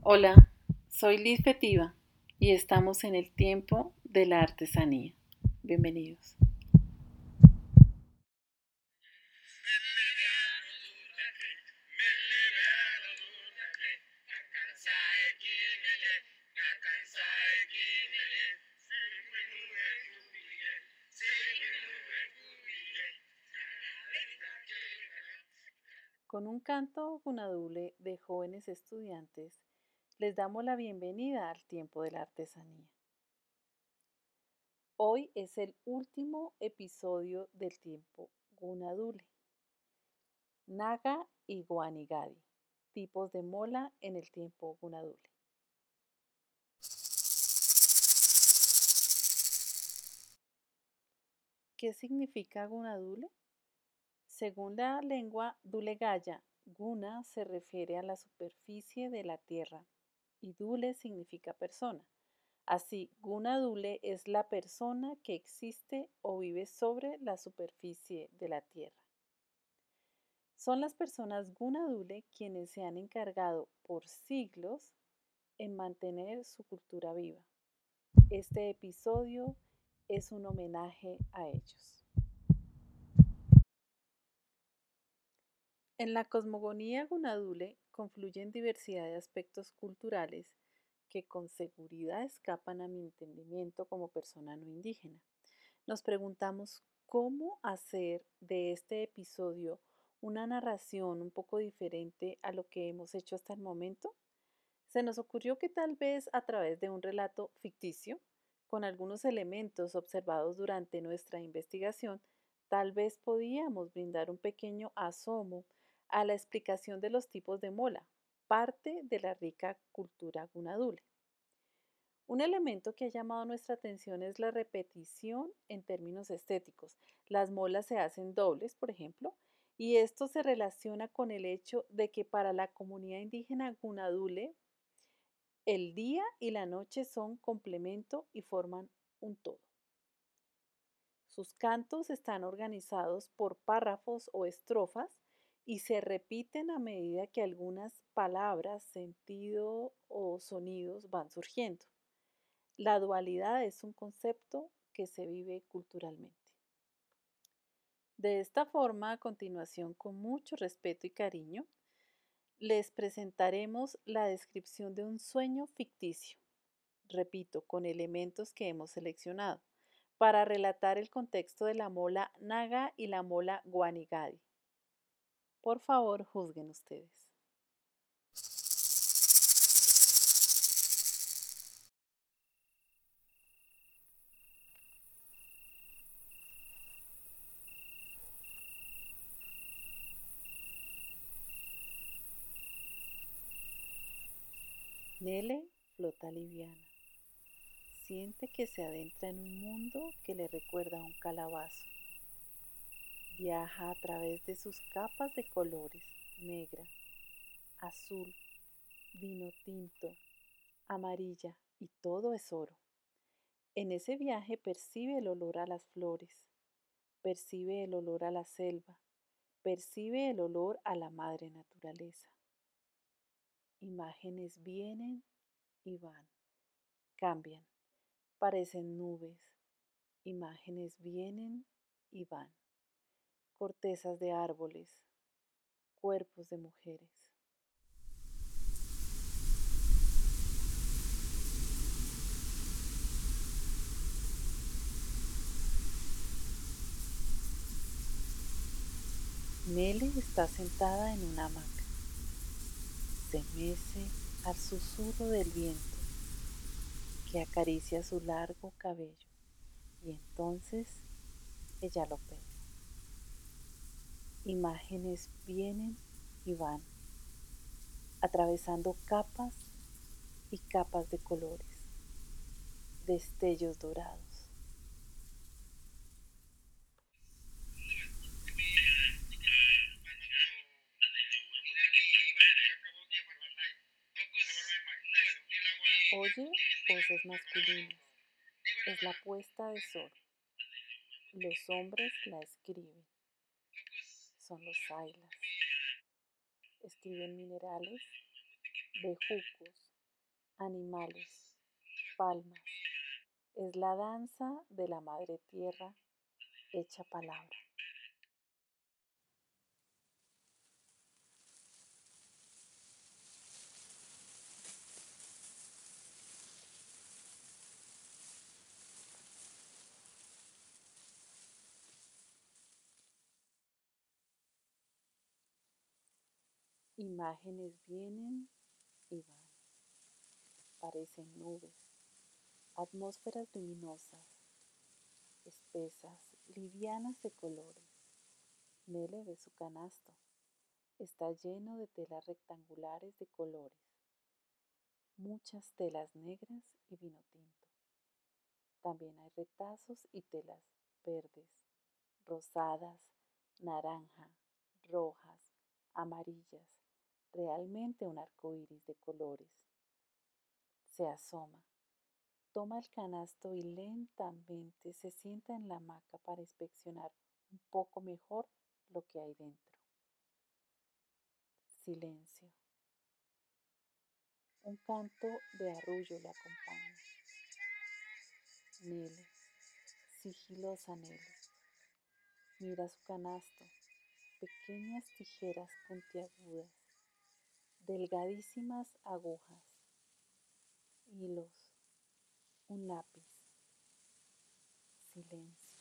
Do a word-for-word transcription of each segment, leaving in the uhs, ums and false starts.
Hola, soy Liz Fetiva y estamos en el tiempo de la artesanía. Bienvenidos. Con un canto gunadule de jóvenes estudiantes, les damos la bienvenida al tiempo de la artesanía. Hoy es el último episodio del tiempo gunadule. Naga y Guanigadi, tipos de mola en el tiempo gunadule. ¿Qué significa gunadule? Según la lengua dulegaya, guna se refiere a la superficie de la tierra y dule significa persona. Así, guna dule es la persona que existe o vive sobre la superficie de la tierra. Son las personas guna dule quienes se han encargado por siglos en mantener su cultura viva. Este episodio es un homenaje a ellos. En la cosmogonía gunadule confluyen diversidad de aspectos culturales que con seguridad escapan a mi entendimiento como persona no indígena. Nos preguntamos cómo hacer de este episodio una narración un poco diferente a lo que hemos hecho hasta el momento. Se nos ocurrió que tal vez a través de un relato ficticio, con algunos elementos observados durante nuestra investigación, tal vez podíamos brindar un pequeño asomo a la explicación de los tipos de mola, parte de la rica cultura gunadule. Un elemento que ha llamado nuestra atención es la repetición en términos estéticos. Las molas se hacen dobles, por ejemplo, y esto se relaciona con el hecho de que para la comunidad indígena gunadule, el día y la noche son complemento y forman un todo. Sus cantos están organizados por párrafos o estrofas y se repiten a medida que algunas palabras, sentido o sonidos van surgiendo. La dualidad es un concepto que se vive culturalmente. De esta forma, a continuación, con mucho respeto y cariño, les presentaremos la descripción de un sueño ficticio, repito, con elementos que hemos seleccionado, para relatar el contexto de la mola naga y la mola guanigadi. Por favor, juzguen ustedes. Nele flota liviana. Siente que se adentra en un mundo que le recuerda a un calabazo. Viaja a través de sus capas de colores, negra, azul, vino tinto, amarilla y todo es oro. En ese viaje percibe el olor a las flores, percibe el olor a la selva, percibe el olor a la madre naturaleza. Imágenes vienen y van, cambian, parecen nubes. Imágenes vienen y van, cortezas de árboles, cuerpos de mujeres. Nele está sentada en una hamaca. Se mece al susurro del viento que acaricia su largo cabello y entonces ella lo peina. Imágenes vienen y van, atravesando capas y capas de colores, destellos dorados. Oye voces masculinas. Es la puesta de sol. Los hombres la escriben. Son los sailas. Escriben minerales, bejucos, Animales, palmas. Es la danza de la madre tierra hecha palabra. Imágenes vienen y van, parecen nubes, atmósferas luminosas, espesas, livianas de colores. Nele ve su canasto. Está lleno de telas rectangulares de colores, muchas telas negras y vino tinto. También hay retazos y telas verdes, rosadas, naranja, rojas, amarillas, realmente un arco iris de colores. Se asoma, toma el canasto y lentamente se sienta en la hamaca para inspeccionar un poco mejor lo que hay dentro. Silencio. Un canto de arrullo le acompaña. Nele, sigilosa Nele, mira su canasto, pequeñas tijeras puntiagudas, delgadísimas agujas, hilos, un lápiz. Silencio.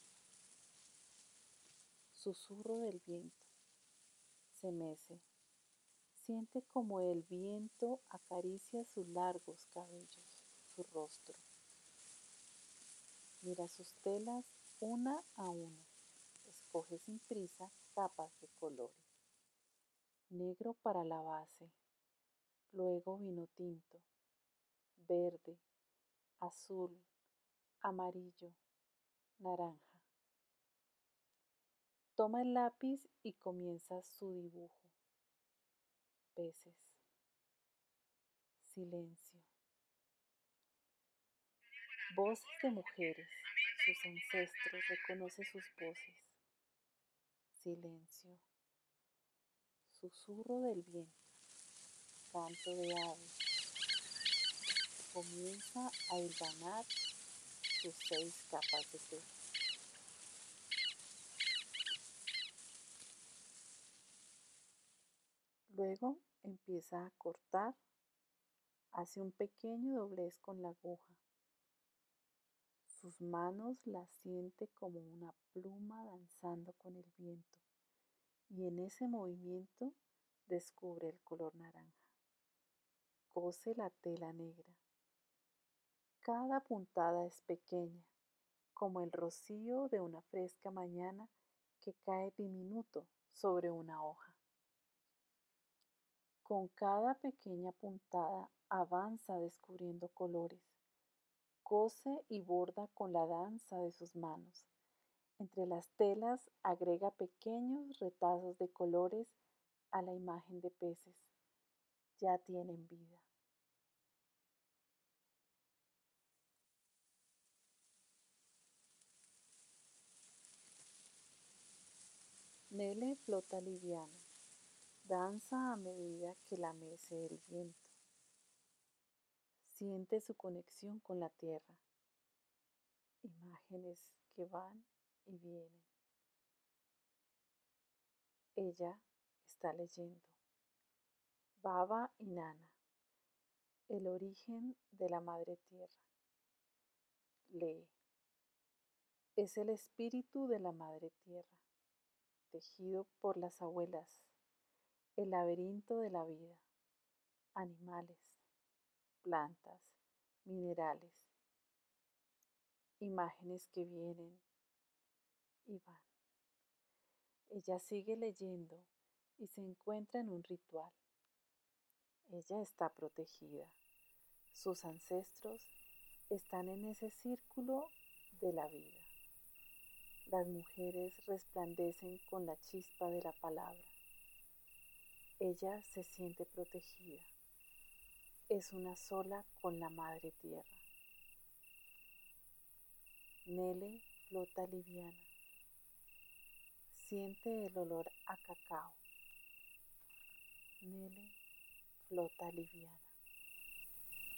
Susurro del viento. Se mece. Siente como el viento acaricia sus largos cabellos, su rostro. Mira sus telas una a una. Escoge sin prisa capas de colores. Negro para la base, luego vino tinto, verde, azul, amarillo, naranja. Toma el lápiz y comienza su dibujo. Peces. Silencio. Voces de mujeres. Sus ancestros. Reconoce sus voces. Silencio. Susurro del viento. Canto de aves. Comienza a hilvanar sus seis capas de pelo. Luego empieza a cortar, hace un pequeño doblez con la aguja. Sus manos las siente como una pluma danzando con el viento y en ese movimiento descubre el color naranja. Cose la tela negra. Cada puntada es pequeña, como el rocío de una fresca mañana que cae diminuto sobre una hoja. Con cada pequeña puntada avanza descubriendo colores. Cose y borda con la danza de sus manos. Entre las telas agrega pequeños retazos de colores a la imagen de peces. Ya tienen vida. Nele flota liviana. Danza a medida que la mece el viento. Siente su conexión con la tierra. Imágenes que van y vienen. Ella está leyendo. Baba y Nana. El origen de la madre tierra. Lee. Es el espíritu de la madre tierra, tejido por las abuelas, el laberinto de la vida, animales, plantas, minerales, imágenes que vienen y van. Ella sigue leyendo y se encuentra en un ritual. Ella está protegida. Sus ancestros están en ese círculo de la vida. Las mujeres resplandecen con la chispa de la palabra. Ella se siente protegida. Es una sola con la madre tierra. Nele flota liviana. Siente el olor a cacao. Nele flota liviana.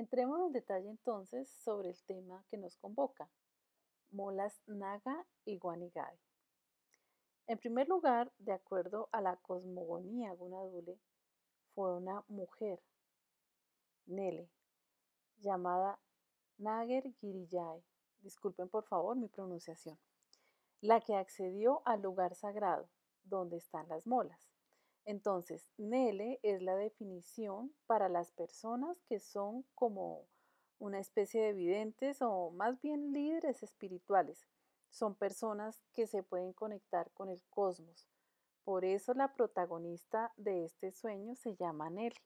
Entremos en detalle entonces sobre el tema que nos convoca, molas Naga y Guanigadi. En primer lugar, de acuerdo a la cosmogonía gunadule, fue una mujer, Nele, llamada Nager Giriyai, disculpen por favor mi pronunciación, la que accedió al lugar sagrado, donde están las molas. Entonces, Nele es la definición para las personas que son como una especie de videntes o más bien líderes espirituales. Son personas que se pueden conectar con el cosmos. Por eso la protagonista de este sueño se llama Nele.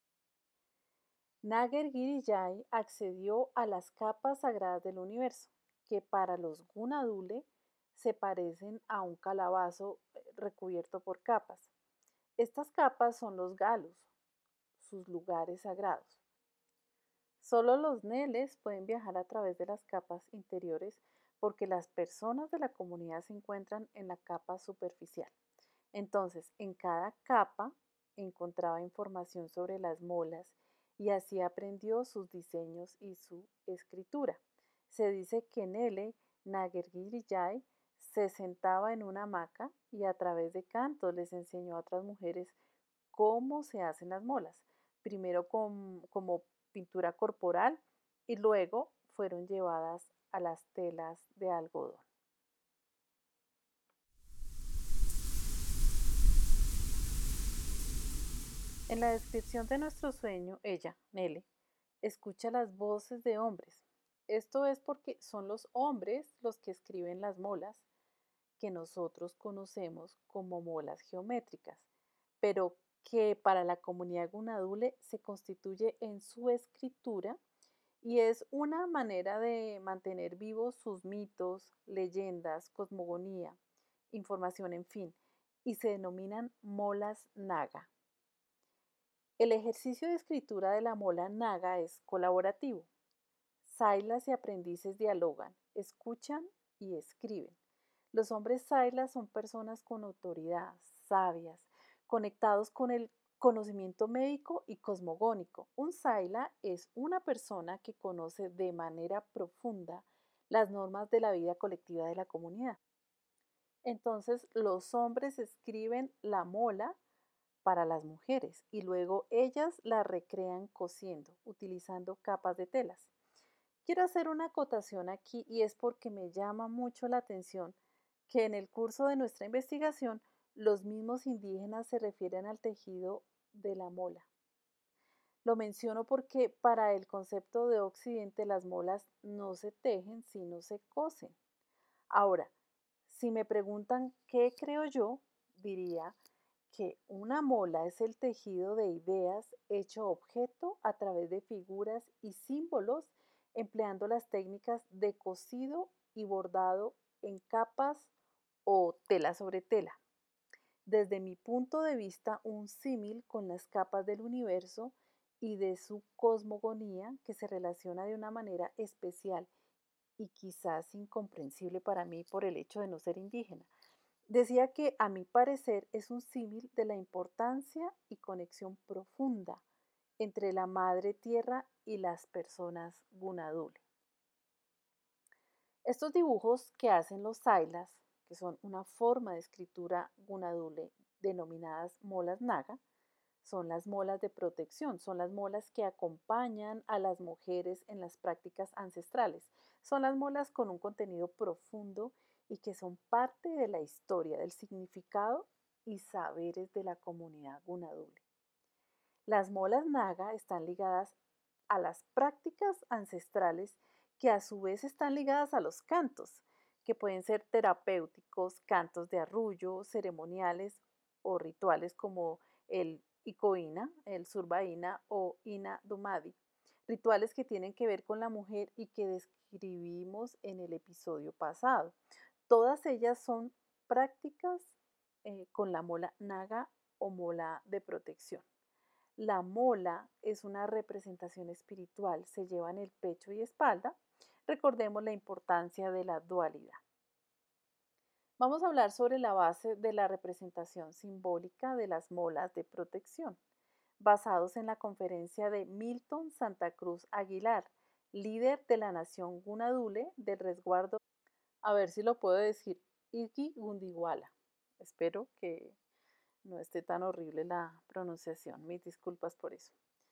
Nager Giriyai accedió a las capas sagradas del universo, que para los Gunadule se parecen a un calabazo eh, recubierto por capas. Estas capas son los galus, sus lugares sagrados. Solo los neles pueden viajar a través de las capas interiores porque las personas de la comunidad se encuentran en la capa superficial. Entonces, en cada capa encontraba información sobre las molas y así aprendió sus diseños y su escritura. Se dice que Nele Nagergiriyai se sentaba en una hamaca y a través de cantos les enseñó a otras mujeres cómo se hacen las molas, primero con, como pintura corporal y luego fueron llevadas a las telas de algodón. En la descripción de nuestro sueño, ella, Nele, escucha las voces de hombres. Esto es porque son los hombres los que escriben las molas que nosotros conocemos como molas geométricas, pero que para la comunidad gunadule se constituye en su escritura y es una manera de mantener vivos sus mitos, leyendas, cosmogonía, información, en fin, y se denominan molas naga. El ejercicio de escritura de la mola naga es colaborativo. Sailas y aprendices dialogan, escuchan y escriben. Los hombres sailas son personas con autoridad, sabias, conectados con el conocimiento médico y cosmogónico. Un saila es una persona que conoce de manera profunda las normas de la vida colectiva de la comunidad. Entonces, los hombres escriben la mola para las mujeres y luego ellas la recrean cosiendo, utilizando capas de telas. Quiero hacer una acotación aquí y es porque me llama mucho la atención que en el curso de nuestra investigación los mismos indígenas se refieren al tejido de la mola. Lo menciono porque para el concepto de Occidente las molas no se tejen, sino se cosen. Ahora, si me preguntan qué creo yo, diría que una mola es el tejido de ideas hecho objeto a través de figuras y símbolos empleando las técnicas de cosido y bordado en capas o tela sobre tela. Desde mi punto de vista, un símil con las capas del universo y de su cosmogonía que se relaciona de una manera especial y quizás incomprensible para mí por el hecho de no ser indígena. Decía que a mi parecer es un símil de la importancia y conexión profunda entre la madre tierra y las personas gunadule. Estos dibujos que hacen los sailas, que son una forma de escritura gunadule denominadas molas naga, son las molas de protección, son las molas que acompañan a las mujeres en las prácticas ancestrales, son las molas con un contenido profundo y que son parte de la historia, del significado y saberes de la comunidad gunadule. Las molas naga están ligadas a las prácticas ancestrales que a su vez están ligadas a los cantos, que pueden ser terapéuticos, cantos de arrullo, ceremoniales o rituales como el Icoína, el Surbaína o Ina Dumadi, rituales que tienen que ver con la mujer y que describimos en el episodio pasado. Todas ellas son prácticas eh, con la mola naga o mola de protección. La mola es una representación espiritual, se lleva en el pecho y espalda. Recordemos la importancia de la dualidad. Vamos a hablar sobre la base de la representación simbólica de las molas de protección. basados en la conferencia de Milton Santa Cruz Aguilar, líder de la nación Gunadule del resguardo, a ver si lo puedo decir, Iki Gundiwala. Espero que no esté tan horrible la pronunciación, mis disculpas por eso.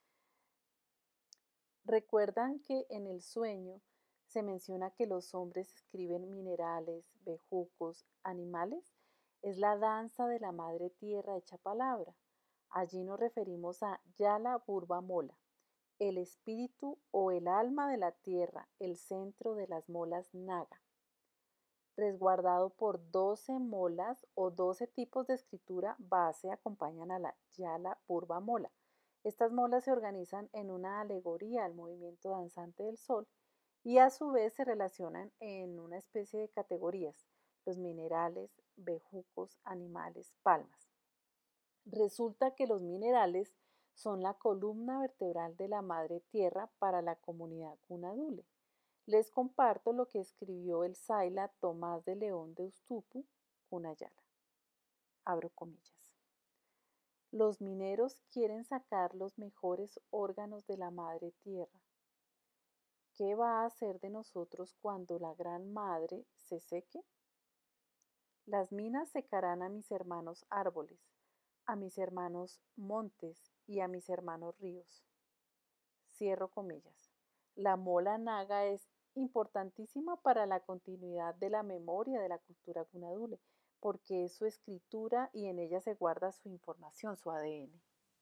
¿Recuerdan que en el sueño se menciona que los hombres escriben minerales, bejucos, animales? Es la danza de la madre tierra hecha palabra. Allí nos referimos a Yala Burba Mola, el espíritu o el alma de la tierra, el centro de las molas Naga, resguardado por doce molas o doce tipos de escritura base acompañan a la Yala Purva Mola. Estas molas se organizan en una alegoría al movimiento danzante del sol y a su vez se relacionan en una especie de categorías, los minerales, bejucos, animales, palmas. Resulta que los minerales son la columna vertebral de la madre tierra para la comunidad Cunadule. Les comparto lo que escribió el Saila Tomás de León de Ustupu, Cunayala. Abro comillas. Los mineros quieren sacar los mejores órganos de la madre tierra. ¿Qué va a hacer de nosotros cuando la gran madre se seque? Las minas secarán a mis hermanos árboles, a mis hermanos montes y a mis hermanos ríos. Cierro comillas. La mola naga es importantísima para la continuidad de la memoria de la cultura gunadule, porque es su escritura y en ella se guarda su información, su A D N.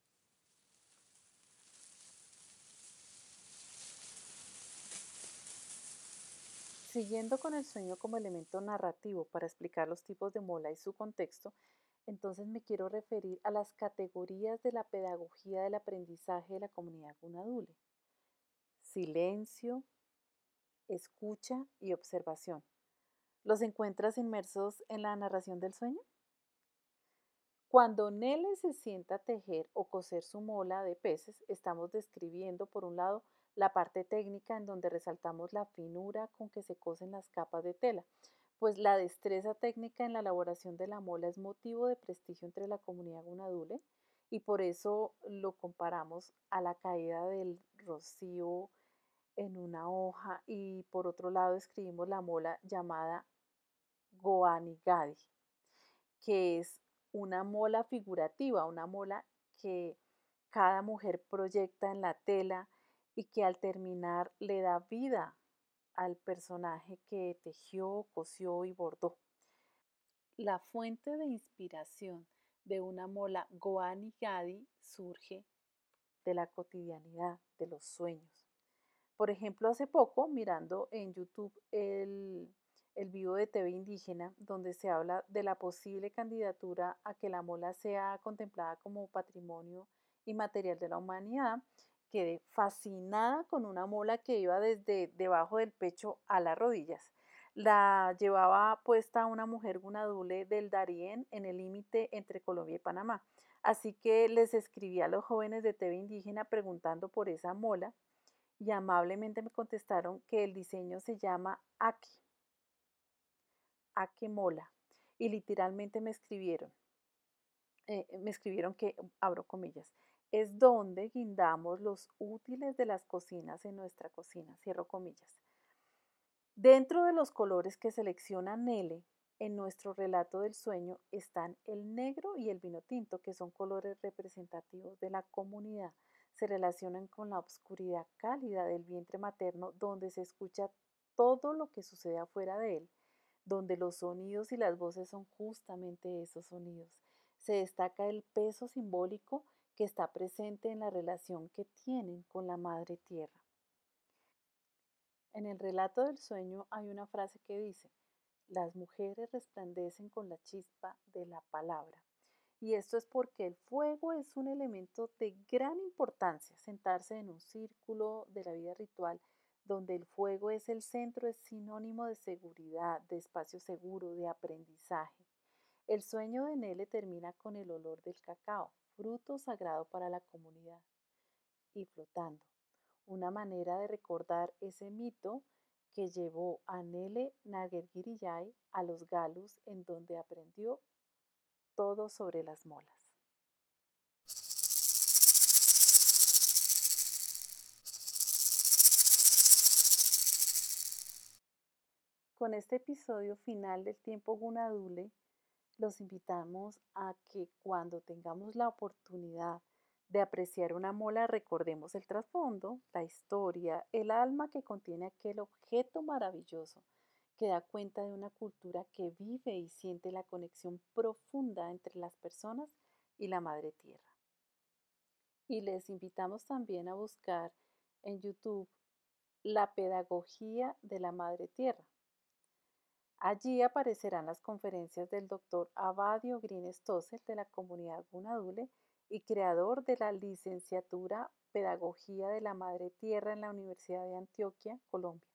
Siguiendo con el sueño como elemento narrativo para explicar los tipos de mola y su contexto, entonces me quiero referir a las categorías de la pedagogía del aprendizaje de la comunidad gunadule. Silencio, escucha y observación. ¿Los encuentras inmersos en la narración del sueño? Cuando Nele se sienta a tejer o coser su mola de peces, estamos describiendo, por un lado, la parte técnica en donde resaltamos la finura con que se cosen las capas de tela, pues la destreza técnica en la elaboración de la mola es motivo de prestigio entre la comunidad gunadule y por eso lo comparamos a la caída del rocío en una hoja y por otro lado escribimos la mola llamada Goanigadi, que es una mola figurativa, una mola que cada mujer proyecta en la tela y que al terminar le da vida al personaje que tejió, cosió y bordó. La fuente de inspiración de una mola Goani Gadi surge de la cotidianidad, de los sueños. Por ejemplo, hace poco, mirando en YouTube el, el vivo de T V Indígena, donde se habla de la posible candidatura a que la mola sea contemplada como patrimonio inmaterial de la humanidad, quedé fascinada con una mola que iba desde debajo del pecho a las rodillas. La llevaba puesta una mujer gunadule del Darién en el límite entre Colombia y Panamá. Así que les escribí a los jóvenes de T V Indígena preguntando por esa mola y amablemente me contestaron que el diseño se llama Ake, Ake Mola. Y literalmente me escribieron, eh, me escribieron que, abro comillas, es donde guindamos los útiles de las cocinas en nuestra cocina, cierro comillas. Dentro de los colores que selecciona Nele en nuestro relato del sueño están el negro y el vino tinto, que son colores representativos de la comunidad. Se relacionan con la oscuridad cálida del vientre materno, donde se escucha todo lo que sucede afuera de él, donde los sonidos y las voces son justamente esos sonidos. Se destaca el peso simbólico que está presente en la relación que tienen con la madre tierra. En el relato del sueño hay una frase que dice, las mujeres resplandecen con la chispa de la palabra. Y esto es porque el fuego es un elemento de gran importancia. Sentarse en un círculo de la vida ritual donde el fuego es el centro es sinónimo de seguridad, de espacio seguro, de aprendizaje. El sueño de Nele termina con el olor del cacao, fruto sagrado para la comunidad, y flotando. Una manera de recordar ese mito que llevó a Nele Nagergiriyay a los Galus, en donde aprendió todo sobre las molas. Con este episodio final del tiempo Gunadule, los invitamos a que cuando tengamos la oportunidad de apreciar una mola, recordemos el trasfondo, la historia, el alma que contiene aquel objeto maravilloso que da cuenta de una cultura que vive y siente la conexión profunda entre las personas y la madre tierra. Y les invitamos también a buscar en YouTube la pedagogía de la madre tierra. Allí aparecerán las conferencias del doctor Abadio Green Stossel de la comunidad Gunadule y creador de la licenciatura Pedagogía de la Madre Tierra en la Universidad de Antioquia, Colombia.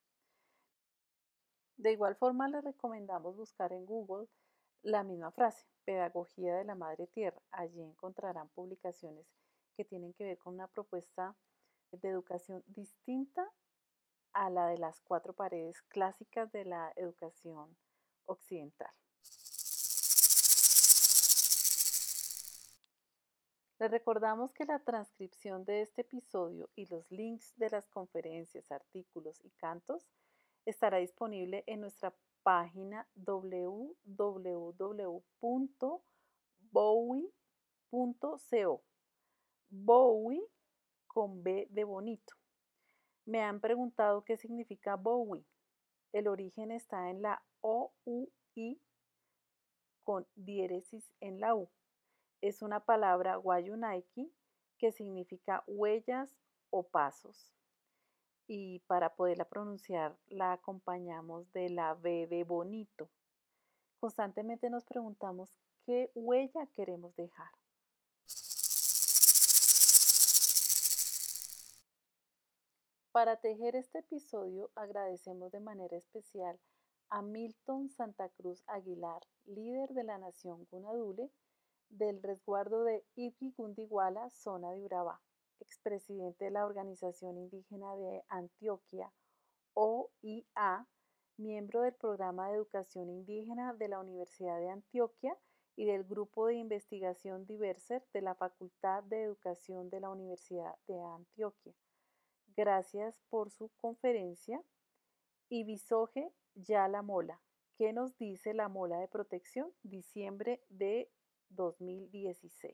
De igual forma, les recomendamos buscar en Google la misma frase, Pedagogía de la Madre Tierra. Allí encontrarán publicaciones que tienen que ver con una propuesta de educación distinta a la de las cuatro paredes clásicas de la educación occidental. Les recordamos que la transcripción de este episodio y los links de las conferencias, artículos y cantos estará disponible en nuestra página w w w punto bowie punto co. Bowie con B de bonito. Me han preguntado qué significa Bowie. El origen está en la O U I con diéresis en la U. Es una palabra guayunaiki que significa huellas o pasos. Y para poderla pronunciar la acompañamos de la B de bonito. Constantemente nos preguntamos qué huella queremos dejar. Para tejer este episodio agradecemos de manera especial a Milton Santa Cruz Aguilar, líder de la nación Gunadule, del resguardo de Ibqui-Gundiguala, zona de Urabá, expresidente de la Organización Indígena de Antioquia, O I A, miembro del Programa de Educación Indígena de la Universidad de Antioquia y del Grupo de Investigación Diverser de la Facultad de Educación de la Universidad de Antioquia. Gracias por su conferencia. Ibisoje ya la mola. ¿Qué nos dice la mola de protección? Diciembre de dos mil dieciséis.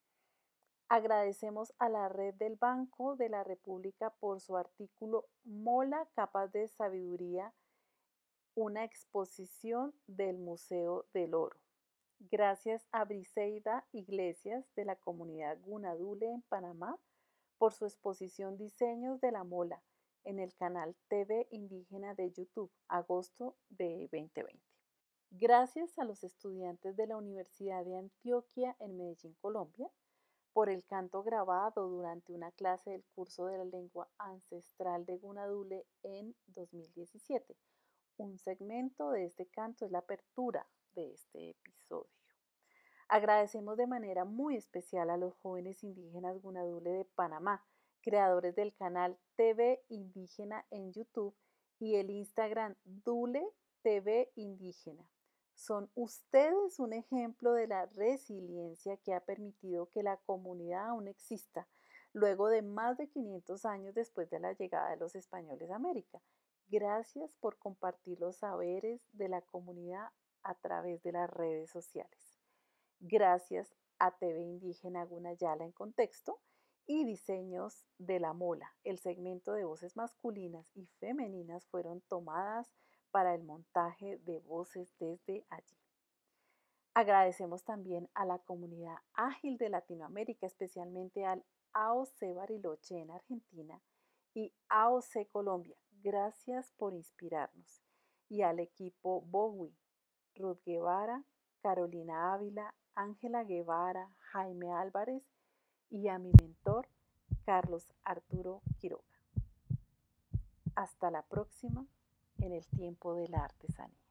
Agradecemos a la Red del Banco de la República por su artículo Mola capaz de sabiduría, una exposición del Museo del Oro. Gracias a Briseida Iglesias de la comunidad Gunadule en Panamá por su exposición Diseños de la Mola en el canal T V Indígena de YouTube, agosto de veinte veinte. Gracias a los estudiantes de la Universidad de Antioquia en Medellín, Colombia, por el canto grabado durante una clase del curso de la lengua ancestral de Gunadule en dos mil diecisiete. Un segmento de este canto es la apertura de este episodio. Agradecemos de manera muy especial a los jóvenes indígenas Gunadule de Panamá, creadores del canal T V Indígena en YouTube y el Instagram Dule T V Indígena. Son ustedes un ejemplo de la resiliencia que ha permitido que la comunidad aún exista luego de más de quinientos años después de la llegada de los españoles a América. Gracias por compartir los saberes de la comunidad a través de las redes sociales. Gracias a T V Indígena Gunayala en Contexto y Diseños de la Mola. El segmento de voces masculinas y femeninas fueron tomadas para el montaje de voces desde allí. Agradecemos también a la comunidad ágil de Latinoamérica, especialmente al A O C Bariloche en Argentina y A O C Colombia. Gracias por inspirarnos. Y al equipo Bowie, Ruth Guevara, Carolina Ávila, Ángela Guevara, Jaime Álvarez y a mi mentor, Carlos Arturo Quiroga. Hasta la próxima en el tiempo de la artesanía.